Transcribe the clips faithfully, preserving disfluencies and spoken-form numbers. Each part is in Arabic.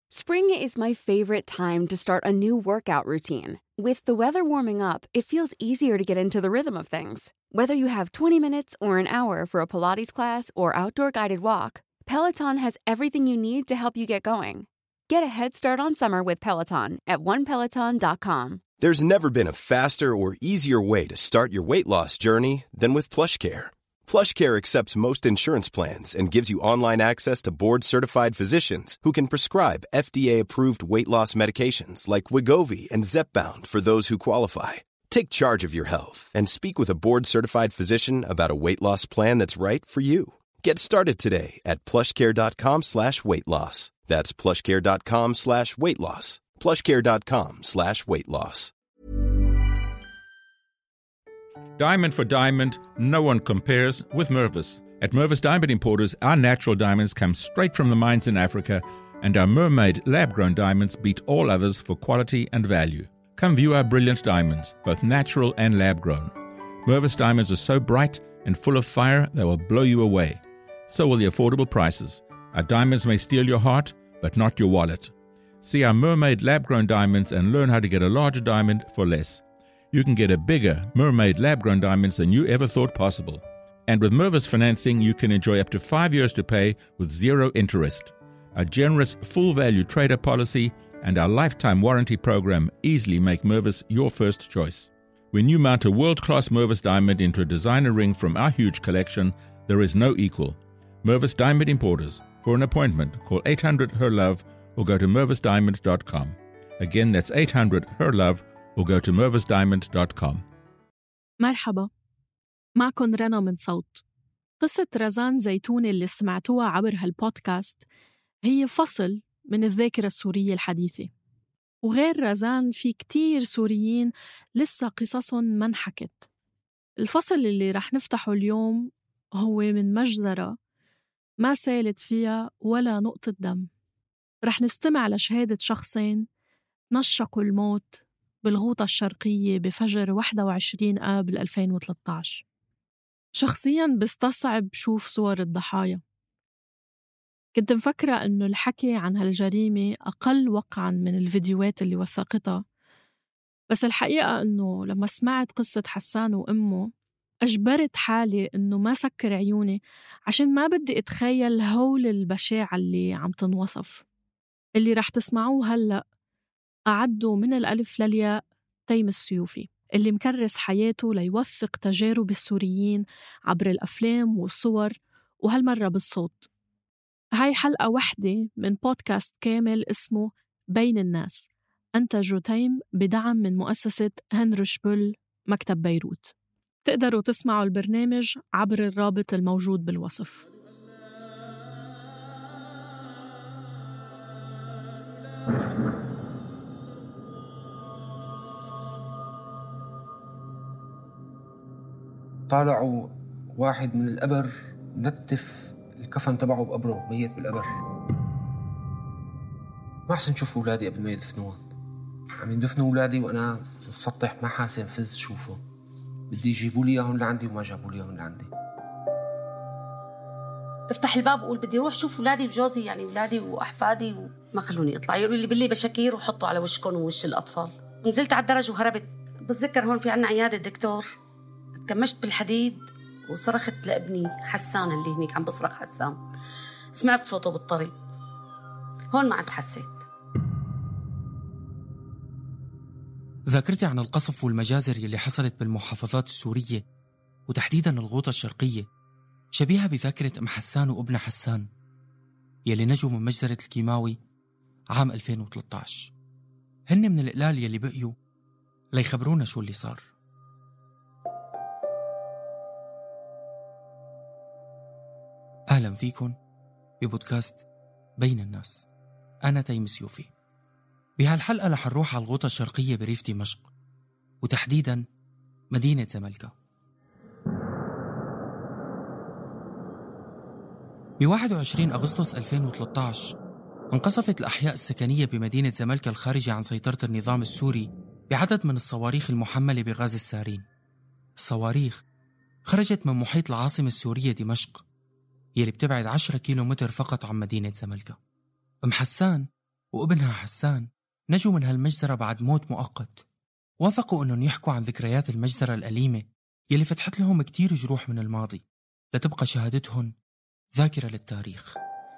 Spring is my favorite time to start a new workout routine. With the weather warming up, it feels easier to get into the rhythm of things. Whether you have twenty minutes or an hour for a Pilates class or outdoor guided walk, Peloton has everything you need to help you get going. Get a head start on summer with Peloton at one peloton dot com. There's never been a faster or easier way to start your weight loss journey than with PlushCare. PlushCare accepts most insurance plans and gives you online access to board-certified physicians who can prescribe F D A-approved weight loss medications like Wegovy and Zepbound for those who qualify. Take charge of your health and speak with a board-certified physician about a weight loss plan that's right for you. Get started today at plushcare.com slash weight loss. That's plushcare.com slash weight loss. plushcare.com slash weight loss. Diamond for diamond, no one compares with Mervis. At Mervis Diamond Importers, our natural diamonds come straight from the mines in Africa, and our mermaid lab-grown diamonds beat all others for quality and value. Come view our brilliant diamonds, both natural and lab-grown. Mervis diamonds are so bright and full of fire they will blow you away. So will the affordable prices. Our diamonds may steal your heart, but not your wallet. See our mermaid lab-grown diamonds and learn how to get a larger diamond for less. You can get a bigger mermaid lab-grown diamonds than you ever thought possible. And with Mervis financing, you can enjoy up to five years to pay with zero interest. A generous full-value trader policy and our lifetime warranty program easily make Mervis your first choice. When you mount a world-class Mervis diamond into a designer ring from our huge collection, there is no equal. Mervis Diamond Importers. For an appointment, call eight hundred H E R LOVE or go to mervis diamond dot com. Again, that's eight hundred H E R LOVE or go to mervis diamond dot com. مرحبا، معكن رنا من صوت. قصة رزان زيتوني اللي سمعتوها عبر هالبودكاست هي فصل من الذاكرة السورية الحديثة. وغير رزان في كتير سوريين لسه قصصهم ما انحكت. الفصل اللي رح نفتحه اليوم هو من مجزرة ما سالت فيها ولا نقطة دم. رح نستمع لشهادة شخصين نشقوا الموت بالغوطة الشرقية بفجر واحد وعشرين آب ألفين وثلاثة عشر. شخصياً بستصعب شوف صور الضحايا. كنت مفكرة أنه الحكي عن هالجريمة أقل وقعاً من الفيديوهات اللي وثقتها، بس الحقيقة أنه لما سمعت قصة حسان وأمه أجبرت حالي أنه ما سكر عيوني عشان ما بدي أتخيل هول البشاعة اللي عم تنوصف. اللي رح تسمعوه هلأ أعدوا من الألف للياء تيم السيوفي، اللي مكرس حياته ليوثق تجارب السوريين عبر الأفلام والصور، وهالمرة بالصوت. هاي حلقة واحدة من بودكاست كامل اسمه بين الناس، أنتجه تيم بدعم من مؤسسة هنرش بول مكتب بيروت. تقدروا تسمعوا البرنامج عبر الرابط الموجود بالوصف. طالعوا واحد من القبر نتف الكفن تبعه بقبره ميت بالقبر. ما حسن نشوف أولادي قبل ما يدفنون. عم يدفنوا أولادي وأنا السطح ما حاسن فز شوفهم. بدي يجيبوا لي إياهم لعندي وما جابوا لي إياهم لعندي. افتح الباب وقول بدي أروح شوف أولادي وجوزي، يعني أولادي وأحفادي، وما خلوني أطلع. يقولوا لي باللي بشاكير وحطوا على وشكم ووش الأطفال. نزلت على الدرج وهربت. بتذكر هون في عنا عيادة دكتور، تكمشت بالحديد وصرخت لابني حسان اللي هنيك عم بصرخ حسان. سمعت صوته بالطريق. هون ما عاد حسيت. ذاكرتي عن القصف والمجازر يلي حصلت بالمحافظات السورية وتحديداً الغوطة الشرقية شبيهة بذاكرة أم حسان وابن حسان يلي نجوا من مجزرة الكيماوي عام ألفين وثلاثة عشر. هن من القلال يلي بقيوا ليخبرونا شو اللي صار. أهلا فيكن ببودكاست بين الناس. أنا تيم السيوفي. بهالحلقة رح نروح على الغوطة الشرقية بريف دمشق، وتحديداً مدينة زملكا. بواحد وعشرين أغسطس ألفين وثلاثة عشر انقصفت الأحياء السكنية بمدينة زملكا الخارجة عن سيطرة النظام السوري بعدد من الصواريخ المحملة بغاز السارين. الصواريخ خرجت من محيط العاصمة السورية دمشق يلي بتبعد عشرة كيلو متر فقط عن مدينة زملكا. أم حسان وابنها حسان نجوا من هالمجزرة بعد موت مؤقت. وافقوا أنهم يحكوا عن ذكريات المجزرة الأليمة يلي فتحت لهم كتير جروح من الماضي لتبقى شهادتهم ذاكرة للتاريخ.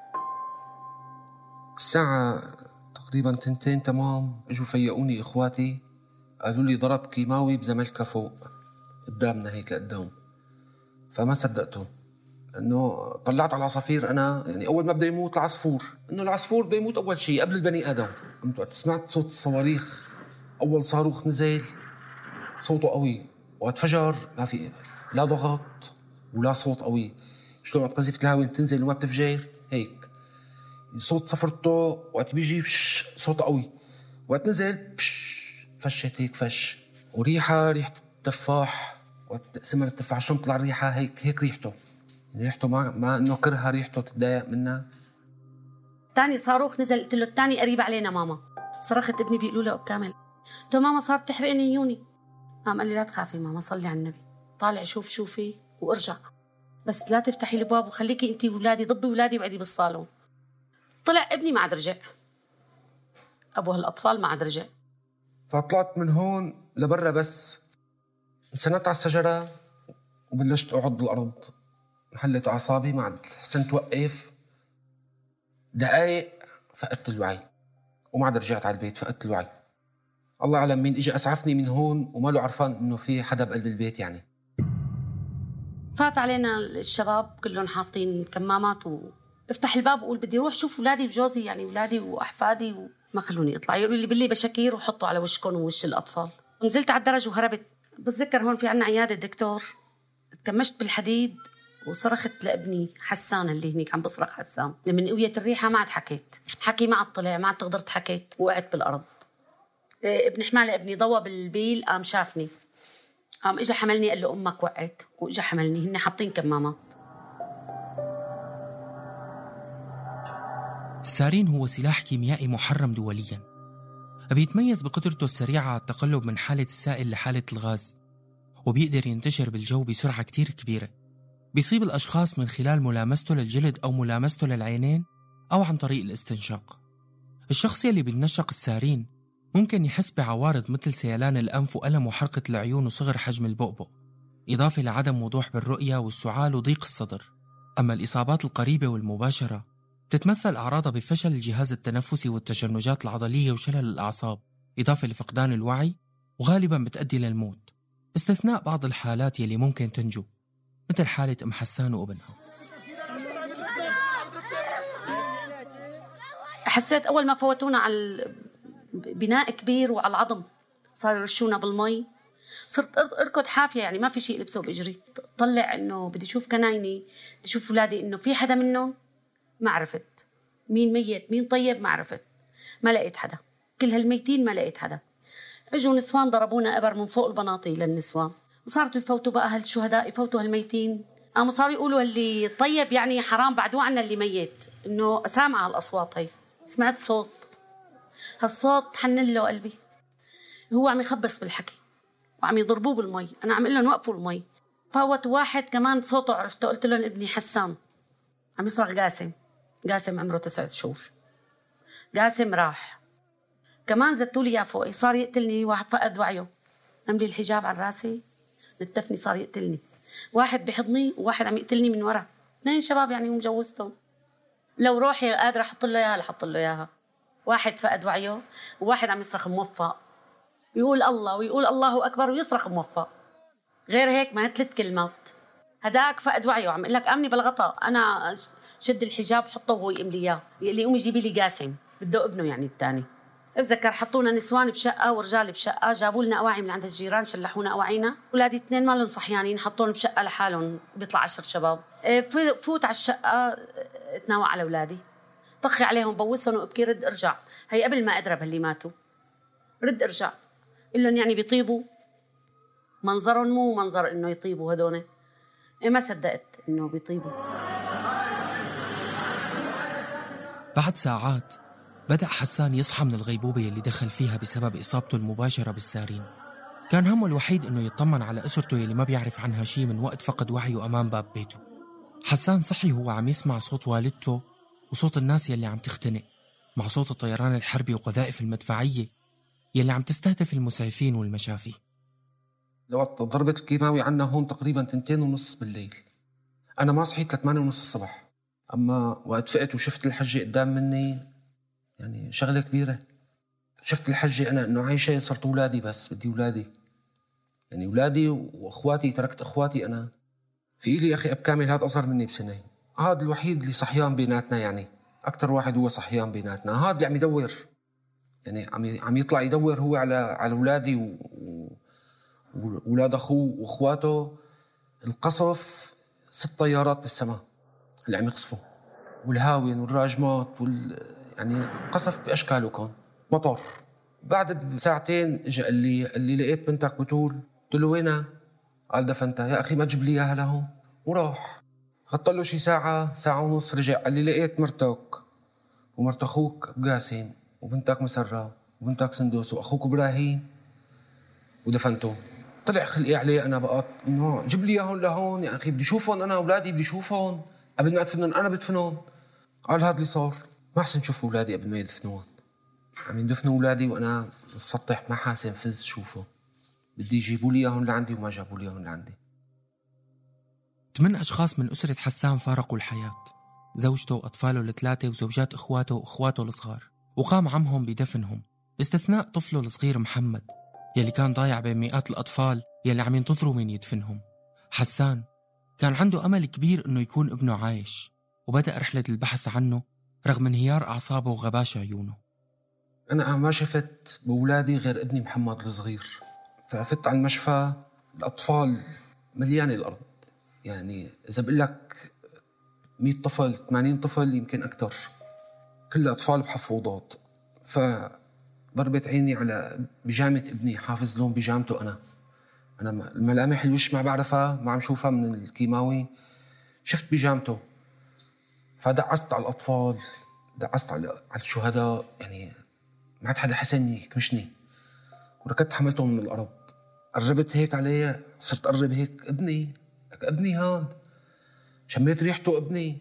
الساعة تقريبا تنتين تمام اجوا فيقوني إخواتي، قالوا لي ضرب كيماوي بزملكة فوق قدامنا هيك لقدام. فما صدقتهم، انه طلعت على العصافير انا، يعني اول ما بده يموت العصفور، انه العصفور بده يموت اول شيء قبل البني ادم. قمت سمعت صوت الصواريخ، اول صاروخ نزل صوته قوي، وقت فجر ما في لا ضغط ولا صوت قوي، شلون قذيفة الهواء بتنزل وما بتفجر هيك. صوت صفرته وقت بيجي صوته قوي، وقت نزل فشت هيك فش. وريحه ريحه التفاح، وقت ثمر التفاح شلون طلع ريحه هيك هيك ريحته، ريحته ما ما انه كرهها، ريحته تتضايق منها. تاني صاروخ نزل، قلت له الثاني قريب علينا ماما. صرخت ابني بيقولوا له كامل، قلت له ماما صارت تحرقني عيوني. قام قال لي لا تخافي ماما، صلي على النبي، طالع شوف شوفي وارجع، بس لا تفتحي الابواب وخليكي انتي وولادي، ضبي ولادي وقعدي بالصالون. طلع ابني ما عاد رجع، ابو هالاطفال ما عاد رجع. فطلعت من هون لبرا، بس انسندت على الشجره وبلشت اقعد بالارض، انحلت اعصابي، ما عاد حسنت توقف. دقائق فقدت الوعي وما عاد رجعت على البيت، فقدت الوعي. الله اعلم مين اجى اسعفني من هون وما له عرفان انه في حدا بقلب البيت. يعني فات علينا الشباب كلهم حاطين كمامات، وافتح الباب وقول بدي اروح شوف اولادي وجوزي، يعني اولادي واحفادي، وما خلوني اطلع. يقولوا لي باللي بشكير وحطوا على وشكم ووش الاطفال. نزلت على الدرج وهربت. بتذكر هون في عنا عياده دكتور، تكمشت بالحديد وصرخت لابني حسان اللي هنيك عم بصرخ حسان. من قويه الريحه ما عاد حكيت، حكي ما عاد طلع، ما عاد قدرت حكيت، وقعت بالارض. إيه ابن حماله ابني ضوى بالبيل، قام شافني، قام اجى حملني، قال له امك وقعت، واجى حملني. هن حاطين كمامات. السارين هو سلاح كيميائي محرم دولياً، بيتميز بقدرته السريعة على التقلب من حالة السائل لحالة الغاز، وبيقدر ينتشر بالجو بسرعة كتير كبيرة. بيصيب الأشخاص من خلال ملامسته للجلد أو ملامسته للعينين أو عن طريق الاستنشاق. الشخص اللي بيتنشق السارين ممكن يحس بعوارض مثل سيلان الأنف وألم وحرقة العيون وصغر حجم البؤبؤ، إضافة لعدم وضوح بالرؤية والسعال وضيق الصدر. أما الإصابات القريبة والمباشرة تتمثل أعراضها بفشل الجهاز التنفسي والتشنجات العضلية وشلل الأعصاب، إضافة لفقدان الوعي، وغالباً بتؤدي للموت، باستثناء بعض الحالات يلي ممكن تنجو، مثل حالة أم حسان وابنها. حسيت أول ما فوتونا على بناء كبير وعلى العظم، صاروا يرشونا بالمي، صرت أركض حافية، يعني ما في شيء لبسه بإجري. طلع إنه بدي أشوف كنايني، بدي أشوف أولادي، إنه في حدا منهم. ما عرفت مين ميت مين طيب، ما عرفت، ما لقيت حدا. كل هالميتين ما لقيت حدا. اجوا نسوان ضربونا إبر من فوق البناطي للنسوان، وصارتوا يفوتوا بقى هالشهداء، يفوتوا هالميتين. قاموا صاروا يقولوا اللي طيب يعني حرام بعدوا عنا اللي ميت، انه سامعة هالاصوات. هي سمعت صوت، هالصوت حنن له قلبي. هو عم يخبص بالحكي وعم يضربوه بالمي، انا عم اقول لهم وقفوا المي. فوت واحد كمان صوته عرفته، قلت لهم ابني حسان عم يصرخ. قاسم قاسم عمره تسعة شهور. قاسم راح كمان، زتوا لي اياه فوقي، صار يقتلني. واحد فقد وعيه، نملي الحجاب على راسي، نتفني، صار يقتلني. واحد بحضني وواحد عم يقتلني من ورا، اثنين شباب يعني ومجوزتهم. لو روحي قادرة احط له اياها لحط له اياها. واحد فقد وعيه، وواحد عم يصرخ موفق، يقول الله ويقول الله اكبر ويصرخ موفق. غير هيك ما ثلاث كلمات. هداك فقد وعيه، عم اقول لك امني بالغطاء، انا شد الحجاب حطه وهو يقوم لي اياه، اللي يقوم يجيب لي قاسم، بده ابنه يعني الثاني. بتذكر حطونا نسوان بشقه ورجال بشقه، جابوا لنا اواعي من عند الجيران، شلحونا اواعينا. اولادي اثنين ما لهم صحيانين، حطوهم بشقه لحالهم، بيطلع عشر شباب. فوت على الشقه اتناوى على اولادي، طخي عليهم، بوسهم وابكي، رد ارجع. هي قبل ما اضرب اللي ماتوا، رد ارجع. قل لهم يعني بيطيبوا، منظرهم مو منظر انه يطيبوا هدول. إيه ما صدقت انه بيطيبوا. بعد ساعات بدأ حسان يصحى من الغيبوبة اللي دخل فيها بسبب إصابته المباشرة بالسارين. كان همه الوحيد إنه يطمن على أسرته اللي ما بيعرف عنها شيء من وقت فقد وعيه أمام باب بيته. حسان صحي هو عم يسمع صوت والدته وصوت الناس يلي عم تختنق، مع صوت الطيران الحربي وقذائف المدفعية يلي عم تستهدف المسعفين والمشافي. لوقت ضربة الكيماوي عنا هون تقريبا تنتين ونص بالليل. أنا ما صحيت لثمانية ونص الصبح، أما وقت فقت وشفت الحجة قدام مني يعني شغلة كبيرة. شفت الحجة أنا إنه عايشة، صرت أولادي بس بدي أولادي، يعني أولادي وأخواتي. تركت أخواتي أنا. في إلي أخي أب كامل، هذا أصغر مني بسنة، هذا الوحيد اللي صحيان بيناتنا، يعني أكتر واحد هو صحيان بيناتنا. هذا اللي عم يدور، يعني عم عم يطلع يدور هو على على أولادي و... وأولاد أخوه وأخواته. القصف ست طيارات بالسماء اللي عم يقصفوا، والهاون والراجمات وال... يعني قصف بأشكاله. كان مطر. بعد بساعتين اجى قال لي قال لي لقيت بنتك بتول. قلت له وينها؟ قال دفنتها. يا أخي ما تجيب لي إياها لهون. وراح خط له شي ساعة ساعة ونص، رجع قال لي لقيت مرتك ومرت أخوك بقاسم وبنتك مسرة وبنتك سندوس وأخوك إبراهيم ودفنته. طلع خلقي عليه أنا بقى إنه جيب لي إياهم لهون يا أخي، بدي شوفهم أنا أولادي، بدي شوفهم قبل ما أدفنهم. أنا بدفنهم. قال هذا اللي صار. ما حسن شوف أولادي قبل ما يدفنون. عم يدفنوا أولادي وأنا بالسطح ما حاسن فز شوفهم. بدي يجيبوا لي إياهم لعندي وما جابوا لي إياهم لعندي. ثمان أشخاص من أسرة حسان فارقوا الحياة، زوجته وأطفاله الثلاثة وزوجات إخواته وإخواته الصغار، وقام عمهم بدفنهم باستثناء طفله الصغير محمد يلي كان ضايع بين مئات الأطفال يلي عم ينتظروا من يدفنهم. حسان كان عنده أمل كبير إنه يكون ابنه عايش، وبدأ رحلة البحث عنه رغم انهيار أعصابه وغباش عيونه. أنا ما شفت بأولادي غير ابني محمد الصغير. ففت على المشفى، الأطفال مليانة الأرض، يعني إذا بقول لك مئة طفل ثمانين طفل يمكن أكتر، كل أطفال بحفوضات. فضربت عيني على بيجامة ابني، حافظ لون بيجامته. أنا أنا الملامح الوش ما بعرفها، ما عم شوفها من الكيماوي، شفت بيجامته. فدعست على الأطفال، دعست على على الشهداء، يعني ما عاد حدا حسني يكمشني. وركضت حملته من الأرض. قربت هيك عليه، صرت قرب هيك ابني ابني هاد، شميت ريحته ابني.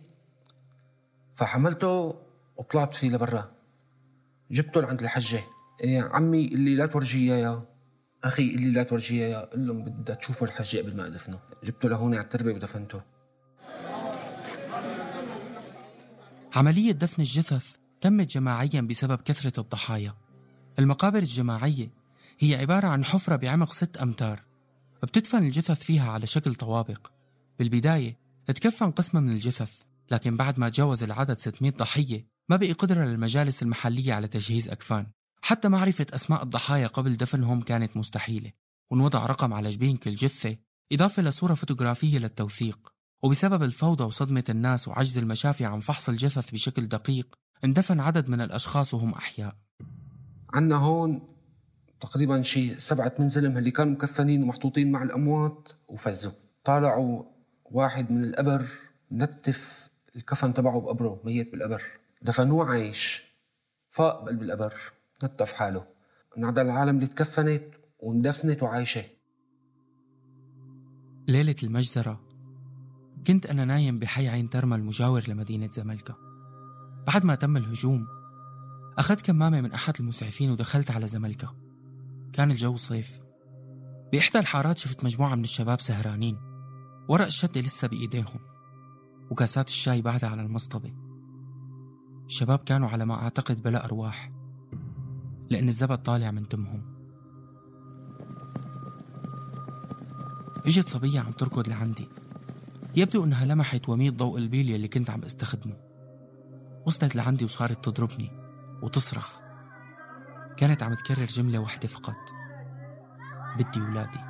فحملته وطلعت فيه لبرا، جبته لعند الحجة. إيه عمي اللي لا تورجيه يا أخي، اللي لا تورجيه يا، قل لهم بدها تشوفوا الحجة قبل ما أدفنه. جبته لهون على التربة ودفنته. عملية دفن الجثث تمت جماعياً بسبب كثرة الضحايا. المقابر الجماعية هي عبارة عن حفرة بعمق ست أمتار بتدفن الجثث فيها على شكل طوابق. بالبداية تكفن قسم من الجثث، لكن بعد ما تجاوز العدد ستمئة ضحية ما بقي قدرة للمجالس المحلية على تجهيز أكفان. حتى معرفة أسماء الضحايا قبل دفنهم كانت مستحيلة، ونوضع رقم على جبين كل جثة إضافة لصورة فوتوغرافية للتوثيق. وبسبب الفوضى وصدمة الناس وعجز المشافي عن فحص الجثث بشكل دقيق، اندفن عدد من الأشخاص وهم أحياء. عنا هون تقريبا شي سبعة من زلم اللي كانوا مكفنين ومحطوطين مع الأموات وفزوا. طالعوا واحد من القبر نتف الكفن تبعه بقبره، ميت بالقبر. دفنوه عايش، فاق بقلب القبر، نتف حاله. نعدى العالم اللي تكفنت واندفنت وعايشة. ليلة المجزرة كنت أنا نايم بحي عين ترمى المجاور لمدينة زملكة. بعد ما تم الهجوم أخذت كمامة من أحد المسعفين ودخلت على زملكة. كان الجو صيف. بإحدى الحارات شفت مجموعة من الشباب سهرانين، ورق الشتة لسه بإيديهم وكاسات الشاي بعدها على المصطبة. الشباب كانوا على ما أعتقد بلا أرواح، لأن الزبد طالع من تمهم. اجت صبية عم تركض لعندي، يبدو أنها لمحت وميض ضوء البيل اللي كنت عم استخدمه. وصلت لعندي وصارت تضربني وتصرخ. كانت عم تكرر جملة واحدة فقط: بدي ولادي.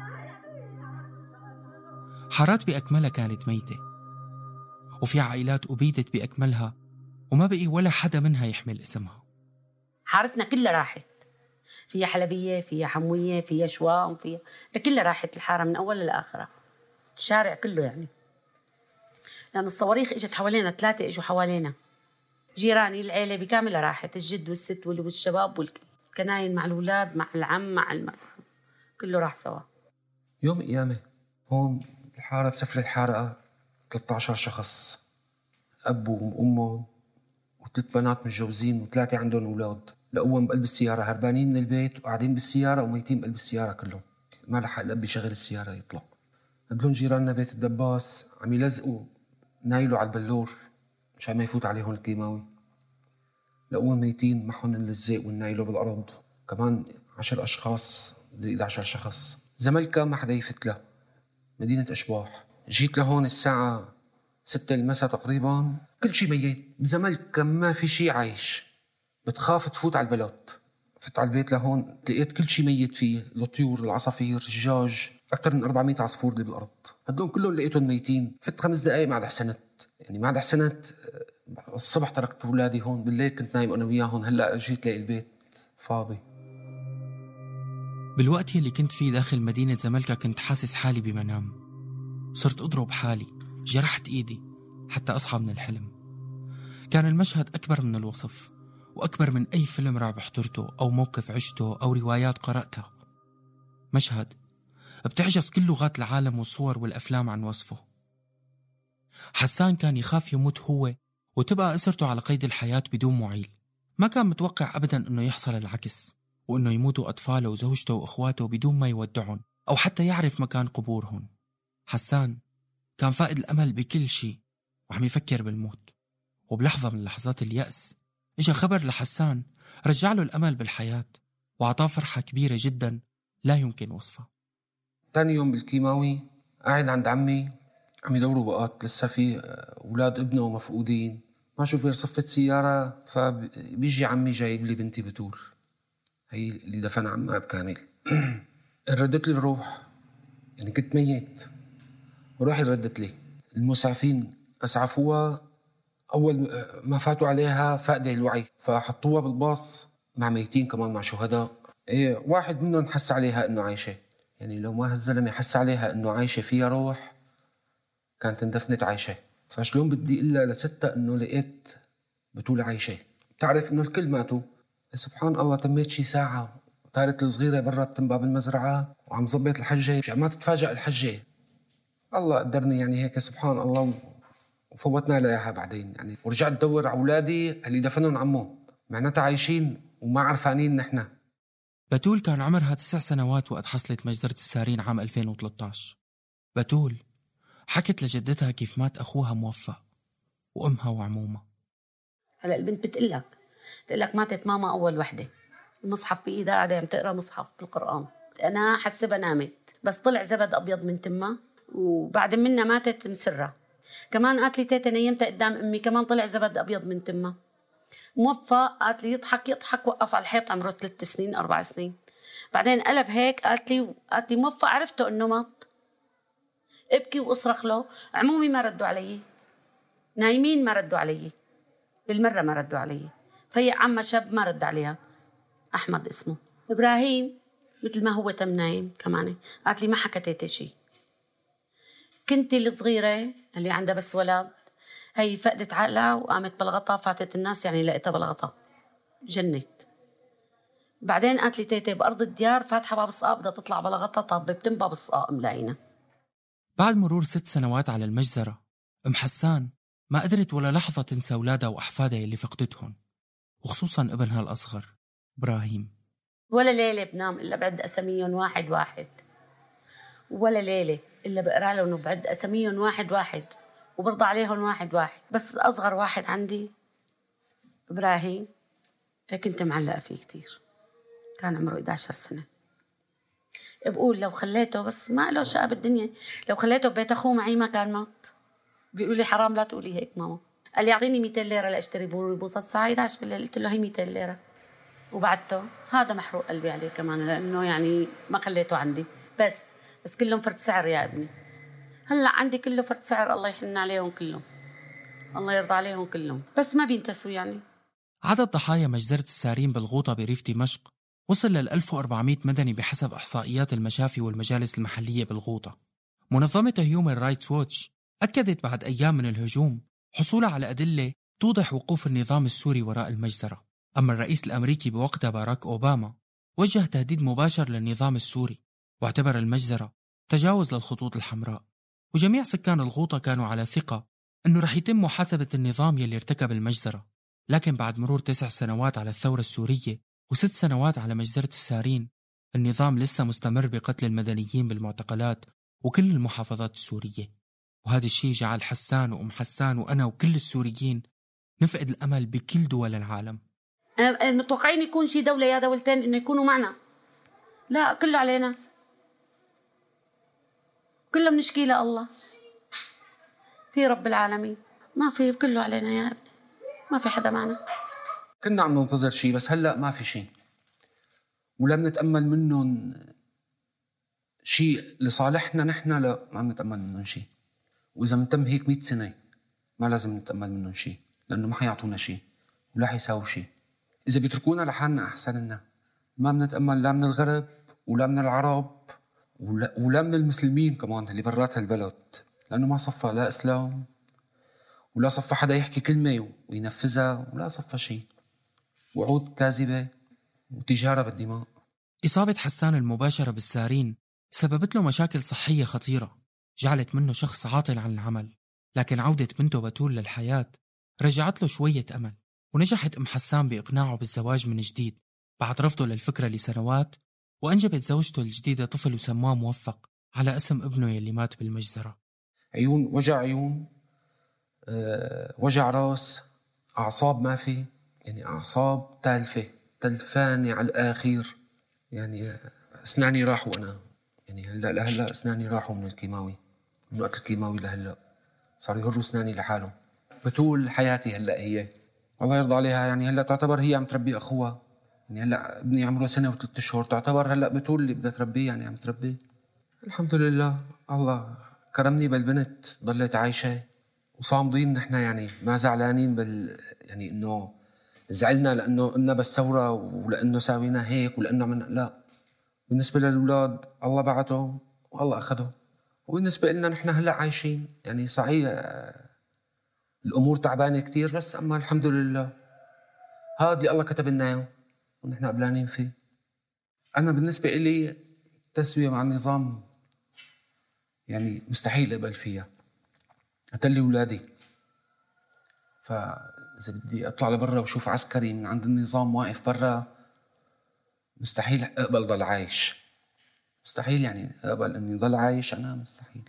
حارات بأكملها كانت ميتة، وفي عائلات أبيدت بأكملها وما بقي ولا حدا منها يحمل اسمها. حارتنا كلها راحت، فيها حلبية، فيها حموية، فيها شوام، فيها كلها راحت. الحارة من أول لآخرة، الشارع كله يعني. لأن يعني الصواريخ إجت حوالينا، ثلاثة إجوا حوالينا، جيراني العيلة بكاملها راحت، الجد والست والشباب والكناين مع الأولاد مع العم مع المرأة، كله راح سوا. يوم قيامة هون الحارة، بسفر الحارة ثلاثة عشر شخص، أب وأمهم وثلاث بنات متجوزين وثلاثة عندهم أولاد، لقوهم بقلب السيارة هربانين من البيت وقاعدين بالسيارة وميتين بقلب السيارة كلهم. ما لحق الأب يشغل السيارة يطلع. هدلون جيراننا بيت الدباس عم يلزقوا نايلوا على البلور مشان ما يفوت عليهم الكيماوي، لقوهم ميتين معهم اللزاق والنايلو بالأرض. كمان عشر أشخاص مدري إحدى عشر شخص. زملكا ما حدا يفت له، مدينة أشباح. جيت لهون الساعة ستة المساء تقريبا، كل شي ميت بزملكا، ما في شي عايش. بتخاف تفوت على البلد. فت على البيت لهون لقيت كل شي ميت فيه، الطيور، العصافير، الدجاج، أكثر من أربعمية عصفور اللي بالأرض. هدول كلهم لقيتهم ميتين. فت خمس دقايق ما عاد حسنت، يعني ما عاد حسنت. الصبح تركت أولادي هون، بالليل كنت نايم أنا وياهم. هلأ جيت لاقي البيت فاضي. بالوقت اللي كنت فيه داخل مدينة زملكا كنت حاسس حالي بمنام. صرت أضرب حالي، جرحت إيدي حتى أصحى من الحلم. كان المشهد أكبر من الوصف، وأكبر من أي فيلم رعب حضرته أو موقف عشته أو روايات قرأتها. مشهد بتعجز كل لغات العالم والصور والأفلام عن وصفه. حسان كان يخاف يموت هو وتبقى أسرته على قيد الحياة بدون معيل. ما كان متوقع أبدا أنه يحصل العكس، وأنه يموتوا أطفاله وزوجته وأخواته بدون ما يودعهم أو حتى يعرف مكان قبورهم. حسان كان فائد الأمل بكل شيء وعم يفكر بالموت. وبلحظة من لحظات اليأس إجا خبر لحسان رجع له الأمل بالحياة وعطاه فرحة كبيرة جدا لا يمكن وصفها. تاني يوم بالكيماوي قاعد عند عمي عم يدوروا بقات، لسه في أولاد ابنه مفقودين. ما شوف غير صفة سيارة، فبيجي عمي جايب لي بنتي بتول، هي اللي دفن عمها بكامل. ردت لي الروح، يعني كنت ميت وروحي ردت لي. المسعفين أسعفوها، أول ما فاتوا عليها فقدوا الوعي، فحطوها بالباص مع ميتين كمان، مع شهداء. إيه، واحد منهم حس عليها إنه عايشة، يعني لو ما هالزلمة حس عليها إنه عايشة فيها روح كانت اندفنت عايشة. فشلون بدي إلا لستة إنه لقيت بتول عايشة. بتعرف إنه الكل ماتوا. سبحان الله، تميت شي ساعة، طارت الصغيرة برا بتنبع بالمزرعة وعم زبط الحجة، ما تتفاجأ الحجة. الله قدرني يعني هيك، سبحان الله، وفوتنا لها بعدين يعني. ورجعت دور على أولادي اللي دفنهم عمو، معناتها عايشين وما عرفانين نحن. بتول كان عمرها تسع سنوات وقت حصلت مجزرة السارين عام ألفين وثلاثة عشر. بتول حكت لجدتها كيف مات أخوها موفق وأمها وعمومها. هلا البنت بتقلك تقلك ماتت ماما أول وحدة، المصحف بإيدها قاعدة عم تقرأ مصحف بالقرآن. أنا حسبها نامت، بس طلع زبد أبيض من تمها، وبعد منها ماتت مسرة. كمان قالت لي تيتا نيمتها قدام أمي، كمان طلع زبد أبيض من تمها. موفق قالت لي يضحك يضحك وقف على الحيط، عمره ثلاث سنين أربع سنين. بعدين قلب هيك، قالت لي قالت لي موفق عرفته إنه مات. ابكي واصرخ له. عمومي ما ردوا علي، نايمين ما ردوا علي، بالمرة ما ردوا علي. في عمة شاب ما رد عليها، أحمد اسمه. إبراهيم مثل ما هو تم نايم كمان. قالت لي ما حكتيتي شي. كنتي الصغيرة اللي عندها بس ولد، هي فقدت عقلها وقامت بلغطها، فاتت الناس يعني لقيتها بلغطها جنت. بعدين قالت لي تيتي بأرض الديار فاتحة باب الصقاء بدها تطلع بلغطها، طب بتم باب الصقاء ملاقينا. بعد مرور ست سنوات على المجزرة، أم حسان ما قدرت ولا لحظة تنسى أولادها وأحفادها اللي فقدتهم، وخصوصاً ابنها الأصغر إبراهيم. ولا ليلة بنام إلا بعد أسميهم واحد واحد، ولا ليلة إلا بقرأ لهم وبعد أسميهم واحد واحد وبرضى عليهم واحد واحد. بس أصغر واحد عندي إبراهيم كنت معلقة فيه كتير، كان عمره إحدى عشرة سنة. بقول لو خليته، بس ما له شقة بالدنيا، لو خليته ببيت أخوه معي ما كان مات. بيقول لي حرام لا تقولي هيك ماما. قال لي أعطيني مئتين ليرة لأشتري بوصة الساعة إحدى عشر بالليل، قلت له هي مئتين ليرة وبعته. هذا محروق قلبي عليه كمان، لأنه يعني ما خليته عندي. بس بس كلهم فرد سعر يا ابني. هلا عندي كله فرد سعر، الله يحن عليهم كلهم، الله يرضى عليهم كلهم، بس ما بينتسوا يعني. عدد ضحايا مجزرة السارين بالغوطة بريف دمشق وصل لل ألف وأربعمئة مدني بحسب إحصائيات المشافي والمجالس المحلية بالغوطة. منظمة هيومن رايتس ووتش أكدت بعد أيام من الهجوم حصولها على أدلة توضح وقوف النظام السوري وراء المجزرة. أما الرئيس الأمريكي بوقتها باراك أوباما وجه تهديد مباشر للنظام السوري، واعتبر المجزرة تجاوز للخطوط الحمراء. وجميع سكان الغوطة كانوا على ثقة أنه رح يتم محاسبة النظام يلي ارتكب المجزرة، لكن بعد مرور تسع سنوات على الثورة السورية وست سنوات على مجزرة السارين، النظام لسه مستمر بقتل المدنيين بالمعتقلات وكل المحافظات السورية. وهذا الشيء جعل حسان وأم حسان وأنا وكل السوريين نفقد الأمل بكل دول العالم. متوقعين يكون شي دولة يا دولتين إنه يكونوا معنا، لا كله علينا، كله بنشكي لله، في رب العالمين، ما في، كله علينا يا ابني، ما في حدا معنا. كنا عم ننتظر شيء بس هلأ ما في شيء، ولا بنتأمل منهم شيء لصالحنا نحن، لا ما بنتأمل منهم شيء. وإذا منتم هيك مئة سنة ما لازم نتأمل منهم شيء، لأنه ما حيعطونا شيء ولا حيساووا شيء. إذا بيتركونا لحالنا أحسن لنا. ما بنتأمل لا من الغرب ولا من العرب ولا, ولا من المسلمين كمان اللي برات هالبلد، لأنه ما صفى لا إسلام ولا صفى حدا يحكي كلمة وينفذها ولا صفى شيء. وعود كاذبة وتجارة بالدماء. إصابة حسان المباشرة بالسارين سببت له مشاكل صحية خطيرة، جعلت منه شخص عاطل عن العمل. لكن عودة بنته بتول للحياة رجعت له شوية أمل، ونجحت أم حسان بإقناعه بالزواج من جديد بعد رفضه للفكرة لسنوات، وأنجبت زوجته الجديدة طفل وسماه موفق على اسم ابنه يلي مات بالمجزرة. عيون وجع عيون، أه وجع راس، أعصاب ما في، يعني أعصاب تالفة تلفاني على الآخر. يعني أسناني راحوا أنا، يعني هلأ لهلأ أسناني راحوا من الكيماوي، من وقت الكيماوي لهلأ صار يهروا أسناني لحالهم. بتول حياتي هلأ هي الله يرضى عليها، يعني هلأ تعتبر هي عم تربي أخوها. يعني هلأ ابني عمره سنة وثلاثة أشهر، تعتبر هلأ بتول اللي بدها تربيه، يعني عم تربيه. الحمد لله الله كرمني بالبنت، ضلت عايشة وصامدين نحن، يعني ما زعلانين بال يعني إنه زعلنا لأنه قمنا بالثورة ولأنه ساوينا هيك ولأنه من لا. بالنسبة للأولاد الله بعتهم والله أخذهم، وبالنسبة لنا نحن هلأ عايشين. يعني صحيح الأمور تعبانة كتير، بس أما الحمد لله هذا اللي الله كتب لنا اياه ونحن قبلانين فيه. أنا بالنسبة إلي التسوية مع النظام يعني مستحيل أقبل فيها، أتلي أولادي. فإذا بدي أطلع لبرا وشوف عسكري من عند النظام واقف برا، مستحيل أقبل ضل عايش، مستحيل يعني أقبل أني ضل عايش، أنا مستحيل.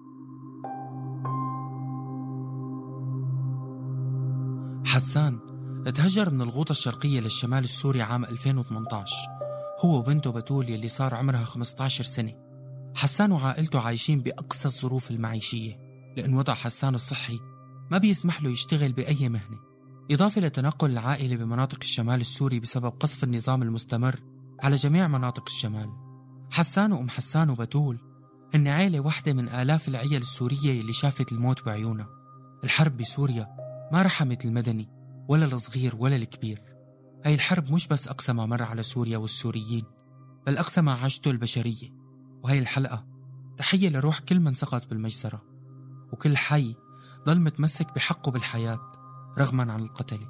حسان تهجر من الغوطة الشرقية للشمال السوري عام ألفين وثمانية عشر هو وبنته بتول يلي صار عمرها خمسة عشر سنة. حسان وعائلته عايشين بأقصى الظروف المعيشية، لأن وضع حسان الصحي ما بيسمح له يشتغل بأي مهنة، إضافة لتنقل العائلة بمناطق الشمال السوري بسبب قصف النظام المستمر على جميع مناطق الشمال. حسان وأم حسان وبتول هن عائلة واحدة من آلاف العيال السورية اللي شافت الموت بعيونها. الحرب بسوريا ما رحمت المدني ولا الصغير ولا الكبير. هاي الحرب مش بس أقصى ما مر على سوريا والسوريين، بل أقصى ما عاشته البشرية. وهي الحلقة تحية لروح كل من سقط بالمجزرة، وكل حي ضل متمسك بحقه بالحياة رغما عن القتل.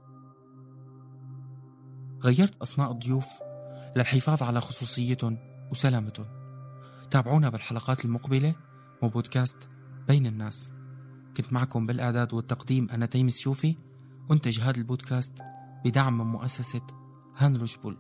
غيرت أسماء الضيوف للحفاظ على خصوصيتهم وسلامتهم. تابعونا بالحلقات المقبلة وبودكاست بين الناس. كنت معكم بالإعداد والتقديم أنا تيم السيوفي، وانتج هذا البودكاست بدعم من مؤسسة هانروش بول.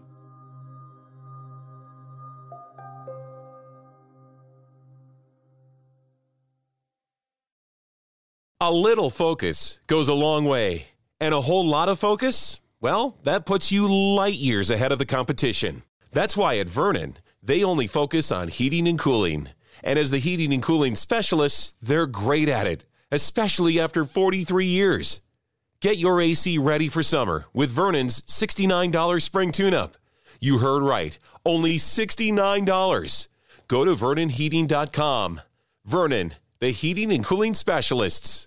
A little focus goes a long way, and a whole lot of focus, well, that puts you light years ahead of the competition. That's why at Vernon, they only focus on heating and cooling. And as the heating and cooling specialists, they're great at it, especially after forty-three years. Get your A C ready for summer with Vernon's sixty-nine dollars spring tune-up. You heard right, only sixty-nine dollars. Go to vernon heating dot com. Vernon, the heating and cooling specialists.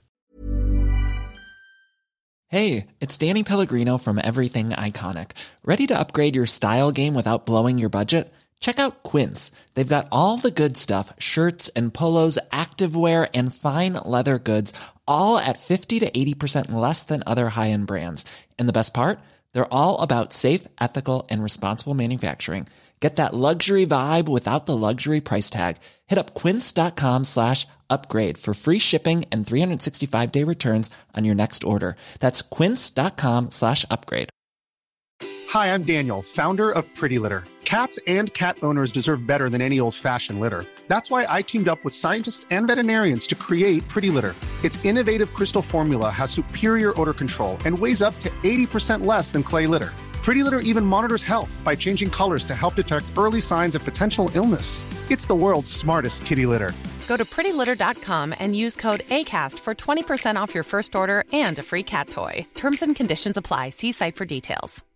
Hey, it's Danny Pellegrino from Everything Iconic. Ready to upgrade your style game without blowing your budget? Check out Quince. They've got all the good stuff, shirts and polos, activewear, and fine leather goods, all at fifty to eighty percent less than other high-end brands. And the best part? They're all about safe, ethical, and responsible manufacturing. Get that luxury vibe without the luxury price tag. Hit up quince.com slash upgrade for free shipping and three sixty-five day returns on your next order. That's quince.com slash upgrade. Hi, I'm Daniel, founder of Pretty Litter. Cats and cat owners deserve better than any old-fashioned litter. That's why I teamed up with scientists and veterinarians to create Pretty Litter. Its innovative crystal formula has superior odor control and weighs up to eighty percent less than clay litter. Pretty Litter even monitors health by changing colors to help detect early signs of potential illness. It's the world's smartest kitty litter. Go to pretty litter dot com and use code ACAST for twenty percent off your first order and a free cat toy. Terms and conditions apply. See site for details.